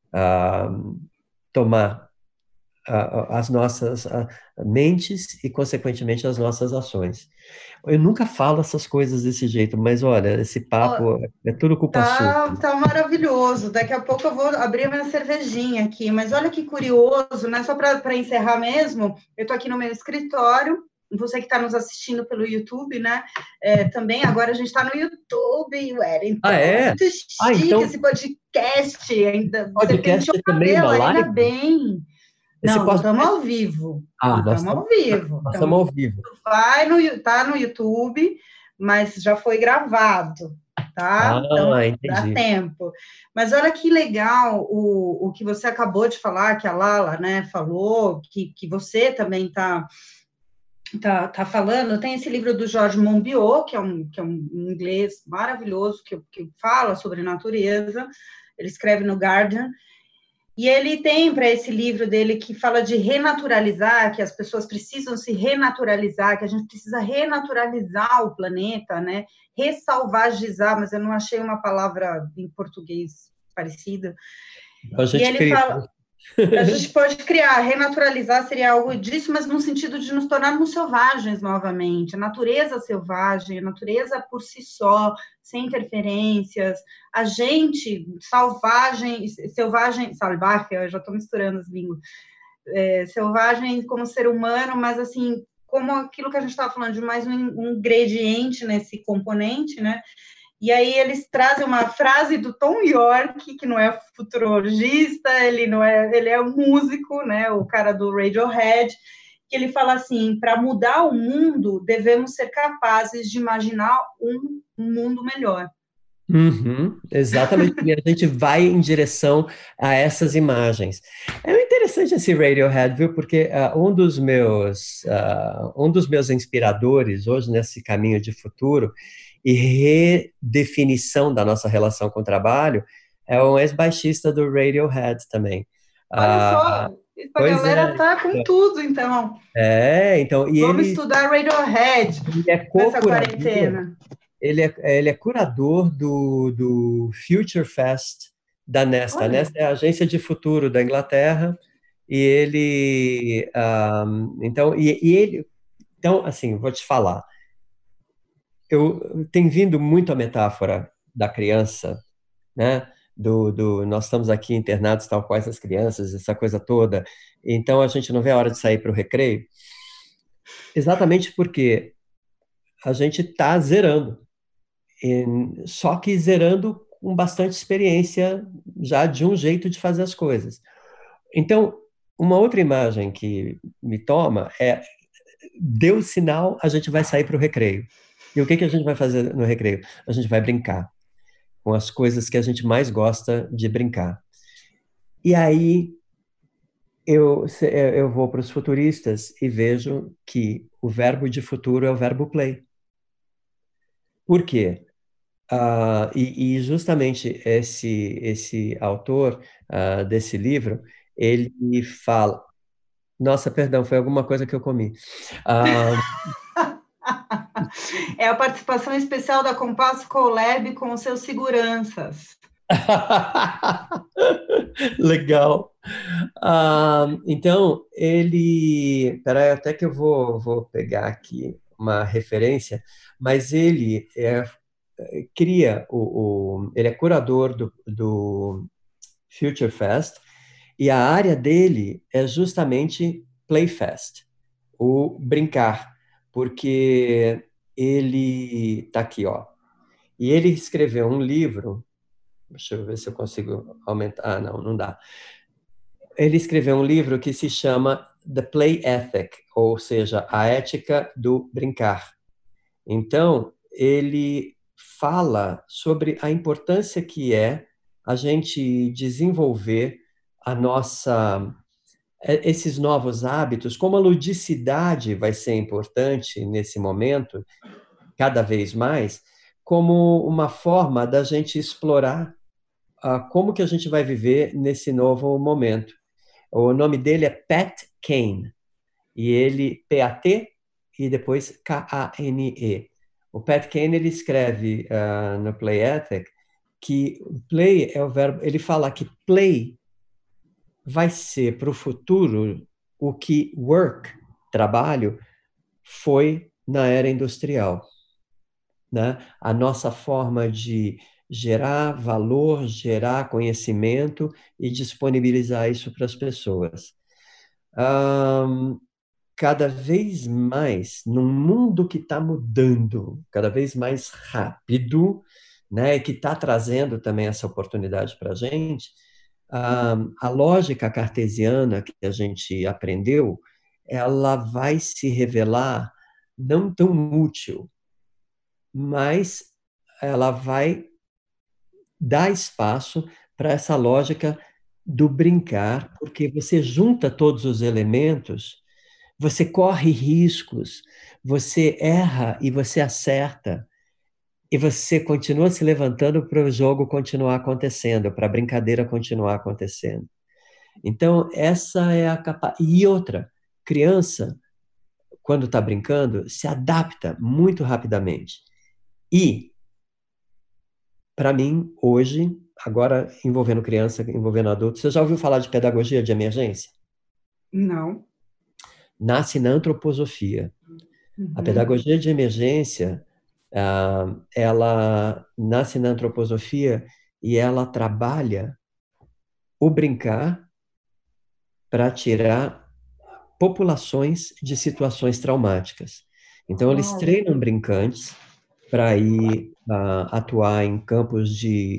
tomar as nossas mentes e, consequentemente, as nossas ações. Eu nunca falo essas coisas desse jeito, mas olha, esse papo é tudo culpa sua. Tá maravilhoso. Daqui a pouco eu vou abrir minha cervejinha aqui, mas olha que curioso, né? Só para encerrar mesmo, eu estou aqui no meu escritório. Você que está nos assistindo pelo YouTube, né? Também agora a gente está no YouTube, Wellington. Muito chique então, esse podcast. Ainda podcast você também cabelo, uma live? Ainda bem. Não, nós estamos ao vivo. Nós estamos ao vivo. Nós estamos ao vivo. Tá no YouTube, mas já foi gravado, tá? Então, entendi. Dá tempo. Mas olha que legal o que você acabou de falar, que a Lala, né, falou, que você também tá falando. Tem esse livro do Georges Monbiot, que é um inglês maravilhoso, que fala sobre natureza. Ele escreve no Guardian. E ele tem para esse livro dele que fala de renaturalizar, que as pessoas precisam se renaturalizar, que a gente precisa renaturalizar o planeta, né? Ressalvagizar, mas eu não achei uma palavra em português parecida. E ele fala, a gente pode criar, renaturalizar seria algo disso, mas no sentido de nos tornarmos selvagens novamente, a natureza selvagem, a natureza por si só, sem interferências, a gente selvagem, eu já estou misturando as línguas, selvagem como ser humano, mas assim, como aquilo que a gente estava falando, de mais um ingrediente nesse componente, né? E aí eles trazem uma frase do Tom York, que não é futurologista, ele é um músico, né, o cara do Radiohead, que ele fala assim: para mudar o mundo, devemos ser capazes de imaginar um mundo melhor. Exatamente, e a gente vai em direção a essas imagens. É interessante esse Radiohead, viu? Porque um dos meus inspiradores hoje nesse caminho de futuro e redefinição da nossa relação com o trabalho é um ex-baixista do Radiohead também. Olha só, a galera tá com tudo, então. Então, e vamos estudar Radiohead nessa quarentena. Ele é curador do Future Fest da Nesta. A Nesta é a agência de futuro da Inglaterra, e ele, então, assim, vou te falar, eu tenho vindo muito a metáfora da criança, né? nós estamos aqui internados tal qual essas crianças, essa coisa toda, então a gente não vê a hora de sair para o recreio, exatamente porque a gente está zerando, só que zerando com bastante experiência já de um jeito de fazer as coisas. Então, uma outra imagem que me toma é, deu sinal, a gente vai sair para o recreio. E o que a gente vai fazer no recreio? A gente vai brincar com as coisas que a gente mais gosta de brincar. E aí eu vou para os futuristas e vejo que o verbo de futuro é o verbo play. Por quê? E justamente esse autor desse livro, ele fala... Nossa, perdão, foi alguma coisa que eu comi. É a participação especial da Compasso Colab com os seus seguranças. Legal. Então, ele... Peraí, até que eu vou pegar aqui uma referência, mas ele cria, ele é curador do Future Fest, e a área dele é justamente Playfest, o brincar, porque ele está aqui, ó. E ele escreveu um livro, deixa eu ver se eu consigo aumentar. Não dá. Ele escreveu um livro que se chama The Play Ethic, ou seja, a ética do brincar. Então, ele fala sobre a importância que é a gente desenvolver esses novos hábitos, como a ludicidade vai ser importante nesse momento, cada vez mais, como uma forma da gente explorar como que a gente vai viver nesse novo momento. O nome dele é Pat Kane, e ele, P-A-T, e depois K-A-N-E. O Pat Kane, ele escreve no Play Ethic que play é o verbo, ele fala que play vai ser para o futuro o que work, trabalho, foi na era industrial, né? A nossa forma de gerar valor, gerar conhecimento e disponibilizar isso para as pessoas. Cada vez mais, num mundo que está mudando, cada vez mais rápido, né, que está trazendo também essa oportunidade para a gente, a lógica cartesiana que a gente aprendeu, ela vai se revelar não tão útil, mas ela vai dar espaço para essa lógica do brincar, porque você junta todos os elementos, você corre riscos, você erra e você acerta, e você continua se levantando para o jogo continuar acontecendo, para a brincadeira continuar acontecendo. Então, essa é a capacidade. E outra, criança, quando está brincando, se adapta muito rapidamente. E, para mim, hoje, agora envolvendo criança, envolvendo adulto, você já ouviu falar de pedagogia de emergência? Não. Nasce na antroposofia. A pedagogia de emergência, ela nasce na antroposofia e ela trabalha o brincar para tirar populações de situações traumáticas. Então, eles treinam brincantes para ir atuar em campos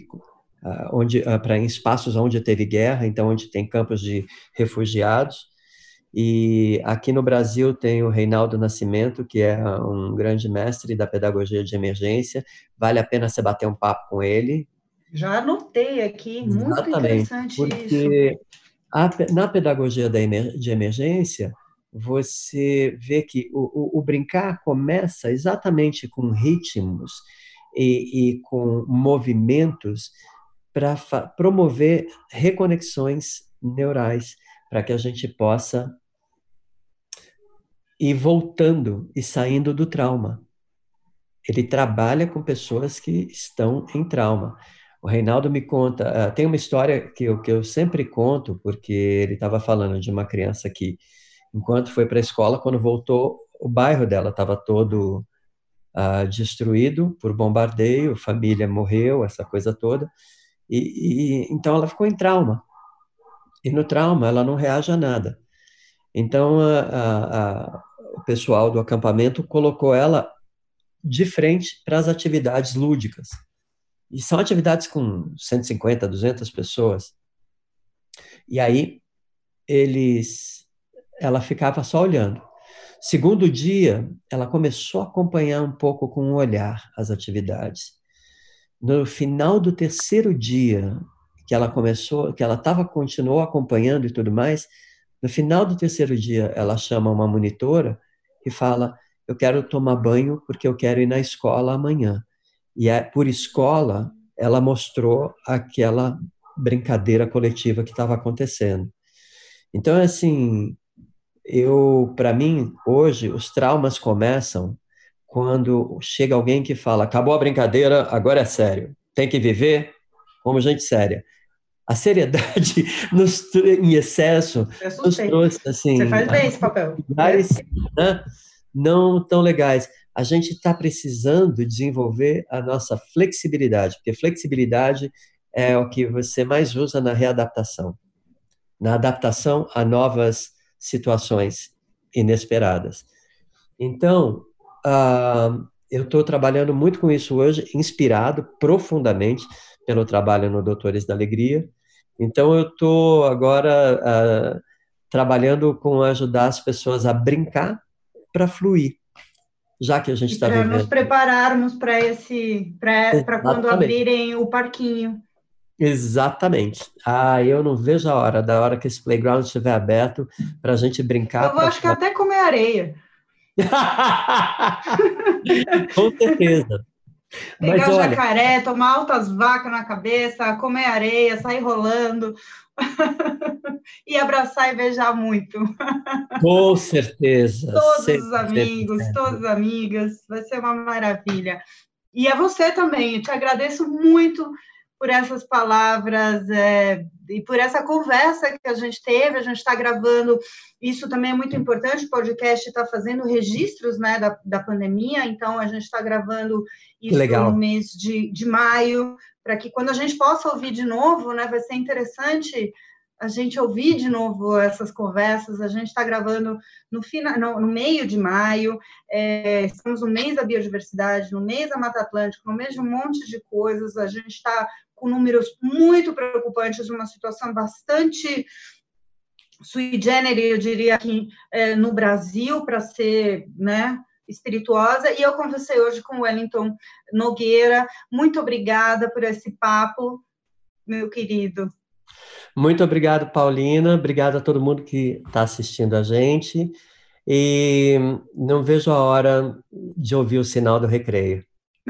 em espaços onde teve guerra, então onde tem campos de refugiados. E aqui no Brasil tem o Reinaldo Nascimento, que é um grande mestre da pedagogia de emergência. Vale a pena você bater um papo com ele. Já anotei aqui, muito Exatamente, interessante porque isso. Na pedagogia de emergência, você vê que o brincar começa exatamente com ritmos e com movimentos para promover reconexões neurais, para que a gente possa ir voltando e saindo do trauma. Ele trabalha com pessoas que estão em trauma. O Reinaldo me conta, tem uma história que eu sempre conto, porque ele estava falando de uma criança que, enquanto foi para a escola, quando voltou, o bairro dela estava todo destruído por bombardeio, família morreu, essa coisa toda. Então ela ficou em trauma. E no trauma ela não reage a nada. Então o pessoal do acampamento colocou ela de frente para as atividades lúdicas. E são atividades com 150, 200 pessoas. E aí ela ficava só olhando. Segundo dia, ela começou a acompanhar um pouco com o olhar as atividades. No final do terceiro dia, que ela continuou acompanhando e tudo mais, no final do terceiro dia, ela chama uma monitora e fala: eu quero tomar banho porque eu quero ir na escola amanhã. E por escola, ela mostrou aquela brincadeira coletiva que estava acontecendo. Então, assim, para mim, hoje, os traumas começam quando chega alguém que fala: acabou a brincadeira, agora é sério, tem que viver como gente séria. A seriedade em excesso nos trouxe, assim, você faz bem esse papel. Lugares, né, não tão legais. A gente está precisando desenvolver a nossa flexibilidade, porque flexibilidade é o que você mais usa na readaptação, na adaptação a novas situações inesperadas. Então, eu estou trabalhando muito com isso hoje, inspirado profundamente pelo trabalho no Doutores da Alegria. Então, eu estou agora trabalhando com ajudar as pessoas a brincar para fluir, já que a gente está vivendo. Para nos prepararmos para quando abrirem o parquinho. Exatamente. Eu não vejo a hora, da hora que esse playground estiver aberto para a gente brincar. Eu acho que até comer areia. Com certeza. Pegar jacaré, tomar altas vacas na cabeça, comer areia, sair rolando e abraçar e beijar muito. Com certeza. Todos os amigos, todas as amigas, vai ser uma maravilha. E a você também, eu te agradeço muito por essas palavras e por essa conversa que a gente teve. A gente está gravando, isso também é muito importante, o podcast está fazendo registros, né, da pandemia, então a gente está gravando isso no mês de maio, para que quando a gente possa ouvir de novo, né, vai ser interessante a gente ouvir de novo essas conversas. A gente está gravando no meio de maio, estamos no mês da biodiversidade, no mês da Mata Atlântica, no mês de um monte de coisas. A gente está com números muito preocupantes, uma situação bastante sui generis, eu diria, aqui no Brasil, para ser, né, espirituosa. E eu conversei hoje com o Wellington Nogueira. Muito obrigada por esse papo, meu querido. Muito obrigado, Paulina. Obrigado a todo mundo que está assistindo a gente. E não vejo a hora de ouvir o sinal do recreio.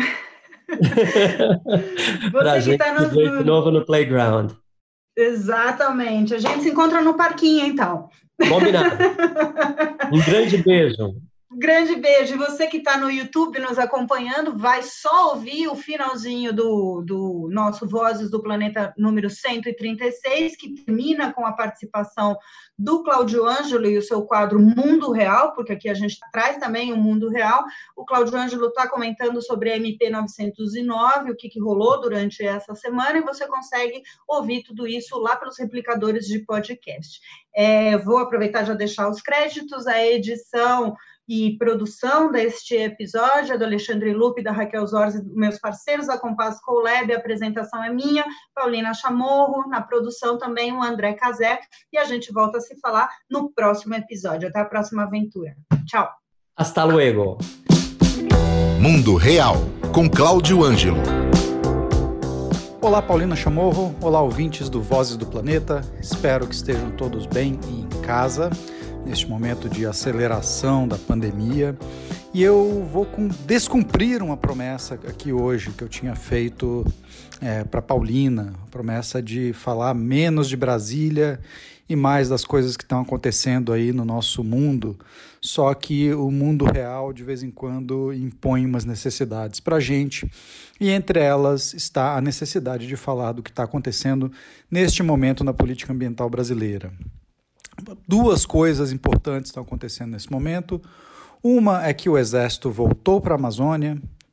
Para a gente se ver de novo no playground. Exatamente. A gente se encontra no parquinho, então. Combinado. Um grande beijo. Grande beijo. E você que está no YouTube nos acompanhando, vai só ouvir o finalzinho do nosso Vozes do Planeta número 136, que termina com a participação do Cláudio Ângelo e o seu quadro Mundo Real, porque aqui a gente traz também o Mundo Real. O Cláudio Ângelo está comentando sobre a MP 909, o que rolou durante essa semana, e você consegue ouvir tudo isso lá pelos replicadores de podcast. Vou aproveitar e já deixar os créditos. A edição e produção deste episódio é do Alexandre Lupe, da Raquel Zorzi, meus parceiros da Compass Colab. A apresentação é minha, Paulina Chamorro, na produção também o André Cazé, e a gente volta a se falar no próximo episódio. Até a próxima aventura. Tchau. Hasta luego. Mundo Real, com Cláudio Ângelo. Olá, Paulina Chamorro. Olá, ouvintes do Vozes do Planeta. Espero que estejam todos bem e em casa neste momento de aceleração da pandemia. E eu vou descumprir uma promessa aqui hoje que eu tinha feito para Paulina, a promessa de falar menos de Brasília e mais das coisas que estão acontecendo aí no nosso mundo, só que o mundo real de vez em quando impõe umas necessidades para a gente, e entre elas está a necessidade de falar do que está acontecendo neste momento na política ambiental brasileira. Duas coisas importantes estão acontecendo nesse momento. Uma é que o Exército voltou para a Amazônia,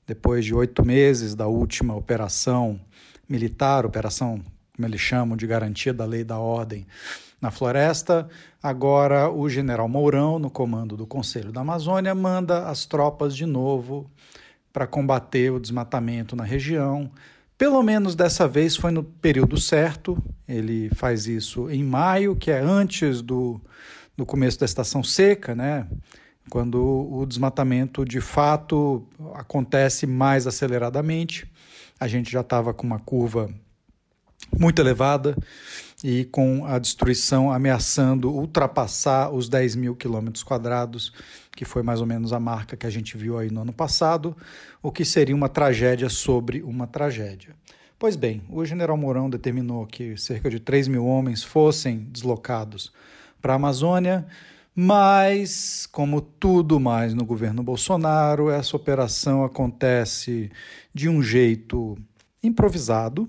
depois de 8 meses da última operação militar, operação, como eles chamam, de garantia da lei e da ordem na floresta. Agora o general Mourão, no comando do Conselho da Amazônia, manda as tropas de novo para combater o desmatamento na região. Pelo menos dessa vez foi no período certo. Ele faz isso em maio, que é antes do começo da estação seca, né? Quando o desmatamento de fato acontece mais aceleradamente. A gente já estava com uma curva muito elevada e com a destruição ameaçando ultrapassar os 10 mil quilômetros quadrados, que foi mais ou menos a marca que a gente viu aí no ano passado, o que seria uma tragédia sobre uma tragédia. Pois bem, o general Mourão determinou que cerca de 3 mil homens fossem deslocados para a Amazônia, mas, como tudo mais no governo Bolsonaro, essa operação acontece de um jeito improvisado,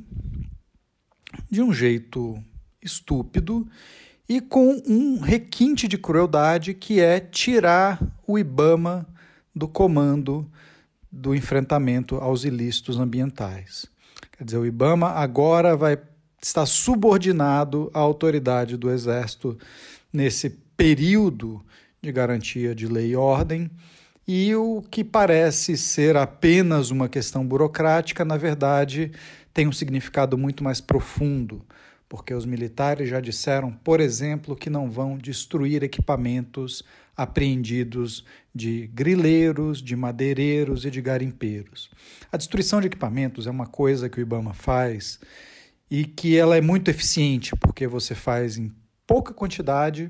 de um jeito estúpido e com um requinte de crueldade, que é tirar o IBAMA do comando do enfrentamento aos ilícitos ambientais. Quer dizer, o IBAMA agora vai estar subordinado à autoridade do Exército nesse período de garantia de lei e ordem, e o que parece ser apenas uma questão burocrática, na verdade, tem um significado muito mais profundo, porque os militares já disseram, por exemplo, que não vão destruir equipamentos apreendidos de grileiros, de madeireiros e de garimpeiros. A destruição de equipamentos é uma coisa que o IBAMA faz e que ela é muito eficiente, porque você faz em pouca quantidade,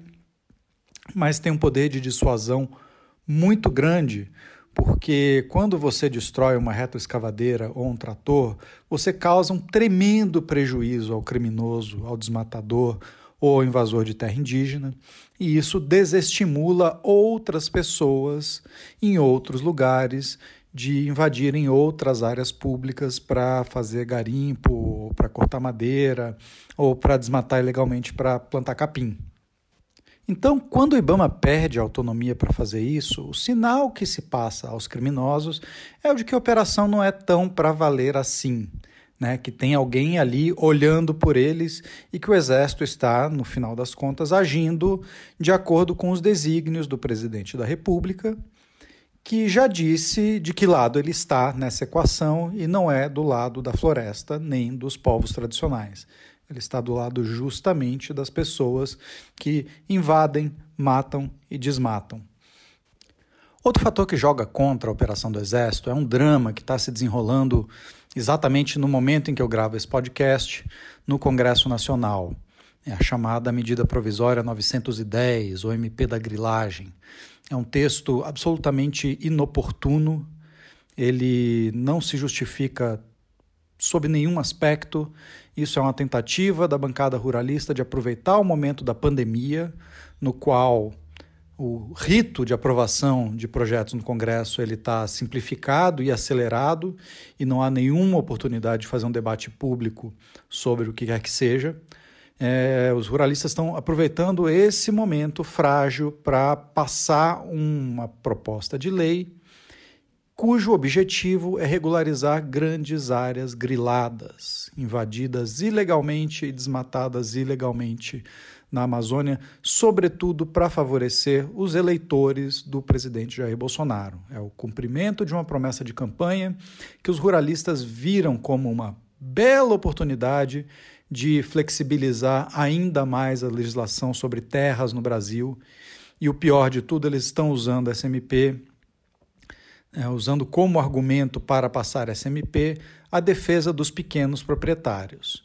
mas tem um poder de dissuasão muito grande, porque quando você destrói uma retroescavadeira ou um trator, você causa um tremendo prejuízo ao criminoso, ao desmatador ou ao invasor de terra indígena, e isso desestimula outras pessoas em outros lugares de invadirem outras áreas públicas para fazer garimpo, ou para cortar madeira, ou para desmatar ilegalmente para plantar capim. Então, quando o IBAMA perde a autonomia para fazer isso, o sinal que se passa aos criminosos é o de que a operação não é tão para valer assim, né? Que tem alguém ali olhando por eles e que o Exército está, no final das contas, agindo de acordo com os desígnios do presidente da República, que já disse de que lado ele está nessa equação e não é do lado da floresta nem dos povos tradicionais. Ele está do lado justamente das pessoas que invadem, matam e desmatam. Outro fator que joga contra a operação do Exército é um drama que está se desenrolando exatamente no momento em que eu gravo esse podcast, no Congresso Nacional. É a chamada Medida Provisória 910, ou MP da grilagem. É um texto absolutamente inoportuno, ele não se justifica sob nenhum aspecto. Isso é uma tentativa da bancada ruralista de aproveitar o momento da pandemia, no qual o rito de aprovação de projetos no Congresso está simplificado e acelerado e não há nenhuma oportunidade de fazer um debate público sobre o que quer que seja. Os ruralistas estão aproveitando esse momento frágil para passar uma proposta de lei cujo objetivo é regularizar grandes áreas griladas, invadidas ilegalmente e desmatadas ilegalmente na Amazônia, sobretudo para favorecer os eleitores do presidente Jair Bolsonaro. É o cumprimento de uma promessa de campanha que os ruralistas viram como uma bela oportunidade de flexibilizar ainda mais a legislação sobre terras no Brasil. E o pior de tudo, eles estão usando essa MP, usando como argumento para passar essa MP a defesa dos pequenos proprietários.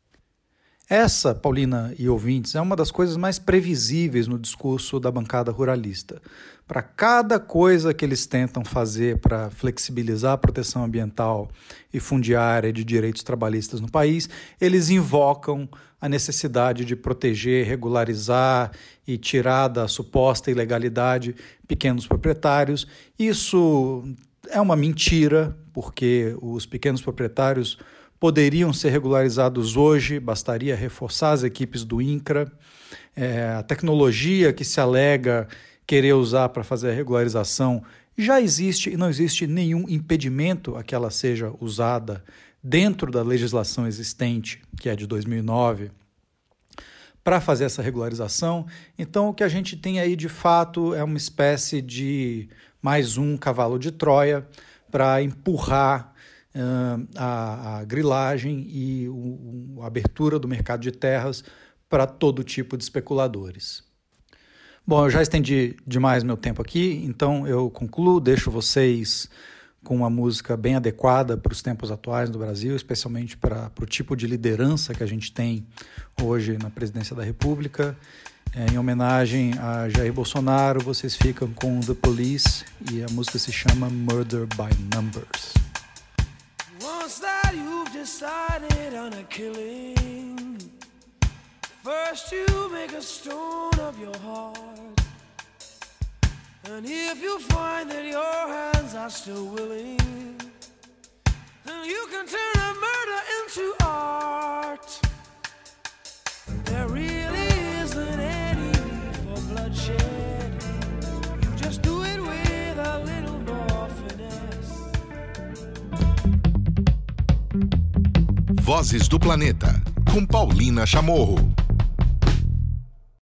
Essa, Paulina e ouvintes, é uma das coisas mais previsíveis no discurso da bancada ruralista. Para cada coisa que eles tentam fazer para flexibilizar a proteção ambiental e fundiária de direitos trabalhistas no país, eles invocam a necessidade de proteger, regularizar e tirar da suposta ilegalidade pequenos proprietários. Isso é uma mentira, porque os pequenos proprietários poderiam ser regularizados hoje, bastaria reforçar as equipes do INCRA. A tecnologia que se alega querer usar para fazer a regularização, já existe e não existe nenhum impedimento a que ela seja usada dentro da legislação existente, que é de 2009, para fazer essa regularização. Então, o que a gente tem aí, de fato, é uma espécie de mais um cavalo de Troia para empurrar a grilagem e a abertura do mercado de terras para todo tipo de especuladores. Bom, eu já estendi demais meu tempo aqui, então eu concluo, deixo vocês com uma música bem adequada para os tempos atuais do Brasil, especialmente para o tipo de liderança que a gente tem hoje na presidência da República. Em homenagem a Jair Bolsonaro, vocês ficam com The Police e a música se chama Murder by Numbers. Once that you've decided on a killing, first you make a stone of your heart. And if you find that your hands are still willing, then you can turn a murder into art. There really isn't any need for bloodshed. You just do it with a little more finesse. Vozes do Planeta, com Paulina Chamorro.